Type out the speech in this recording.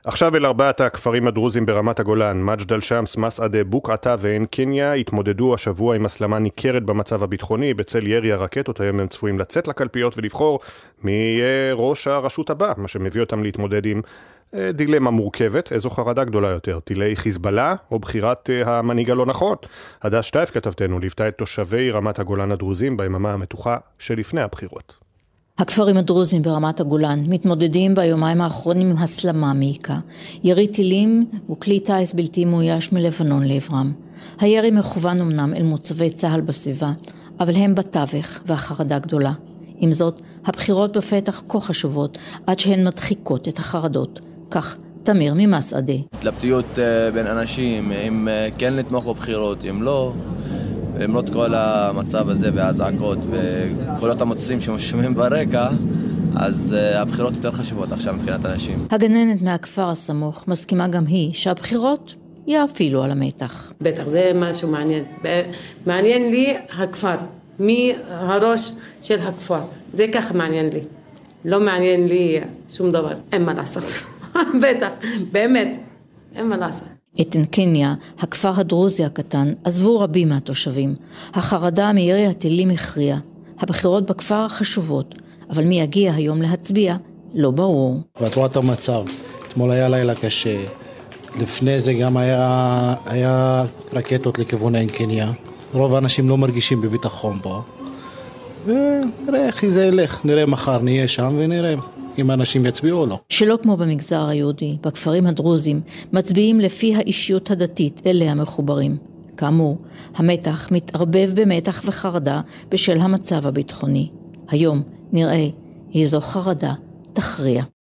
עכשיו אל ארבעת הכפרים הדרוזים ברמת הגולן, מג'ד אל-שמס, מסעדה, בוקעתה ועין קניה, התמודדו השבוע עם הסלמה ניכרת במצב הביטחוני, בצל ירי הרקטות. היום הם צפויים לצאת לקלפיות ולבחור מי יהיה ראש הרשות הבא, מה שמביא אותם להתמודד עם דילמה מורכבת. איזו חרדה גדולה יותר, טילי חיזבאללה או בחירת המנהיג הלא נכון? הדס שטייף כתבתנו ליוותה את תושבי רמת הגולן הדרוזים ביממה המתוחה שלפני הבחירות. הכפרים הדרוזים ברמת הגולן מתמודדים ביומיים האחרונים עם הסלמה מעיקה. ירי טילים וכלי טיס בלתי מאויש מלבנון לעברם. הירי מכוון אמנם אל מוצבי צהל בסביבה, אבל הם בתווך והחרדה גדולה. עם זאת, הבחירות בפתח כה חשובות עד שהן מדחיקות את החרדות. כך תמיר ממסעדה. התלבטיות בין אנשים, אם כן לתמוך בבחירות, אם לא. למרות כל המצב הזה והזעקות וקולות המוצאים שמשומעים ברקע, אז הבחירות יותר חשובות עכשיו מבחינת אנשים. הגננת מהכפר הסמוך מסכימה גם היא שהבחירות יאפילו על המתח. בטח, זה משהו מעניין. מעניין לי הכפר, מי הראש של הכפר. זה ככה מעניין לי. לא מעניין לי שום דבר. אין מה לעשות. בטח, באמת, אין מה לעשות. את עין קניה, הכפר הדרוזי הקטן, עזבו רבים מהתושבים. החרדה מירי הטילים הכריע. הבחירות בכפר חשובות, אבל מי יגיע היום להצביע לא ברור. ואת רואה את המצב. אתמול היה לילה קשה. לפני זה גם היה רקטות לכיוון עין קניה. רוב האנשים לא מרגישים בביטחון פה. ונראה איך זה ילך. נראה מחר נהיה שם ונראה אם האנשים יצביעו או לא. שלא כמו במגזר היהודי, בכפרים הדרוזים מצביעים לפי האישיות הדתית אליה מחוברים. כאמור, המתח מתערבב במתח וחרדה בשל המצב הביטחוני. היום נראה איזו חרדה תכריע.